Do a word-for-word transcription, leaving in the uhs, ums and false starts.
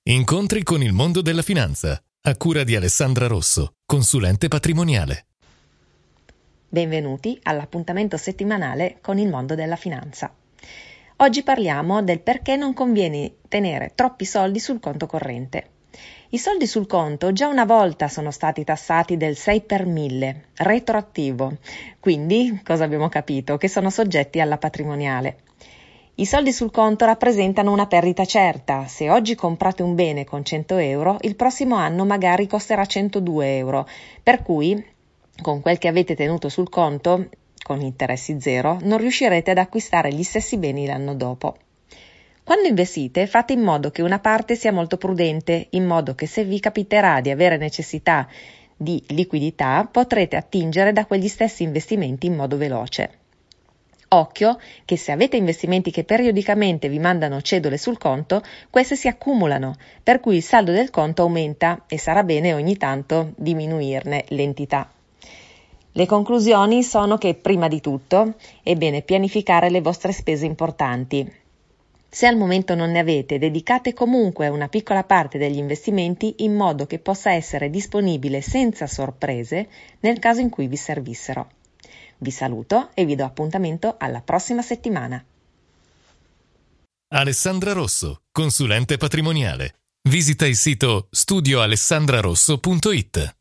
Incontri con il mondo della finanza, a cura di Alessandra Rosso, consulente patrimoniale. Benvenuti all'appuntamento settimanale con il mondo della finanza. Oggi parliamo del perché non conviene tenere troppi soldi sul conto corrente. I soldi sul conto già una volta sono stati tassati del sei per mille, retroattivo, quindi cosa abbiamo capito? Che sono soggetti alla patrimoniale. I soldi sul conto rappresentano una perdita certa. Se oggi comprate un bene con cento euro, il prossimo anno magari costerà centodue euro, per cui con quel che avete tenuto sul conto, con interessi zero, non riuscirete ad acquistare gli stessi beni l'anno dopo. Quando investite, fate in modo che una parte sia molto prudente, in modo che se vi capiterà di avere necessità di liquidità, potrete attingere da quegli stessi investimenti in modo veloce. Occhio che se avete investimenti che periodicamente vi mandano cedole sul conto, queste si accumulano, per cui il saldo del conto aumenta e sarà bene ogni tanto diminuirne l'entità. Le conclusioni sono che, prima di tutto, è bene pianificare le vostre spese importanti. Se al momento non ne avete, dedicate comunque una piccola parte degli investimenti in modo che possa essere disponibile senza sorprese nel caso in cui vi servissero. Vi saluto e vi do appuntamento alla prossima settimana. Alessandra Rosso, consulente patrimoniale. Visita il sito studio alessandra rosso punto it.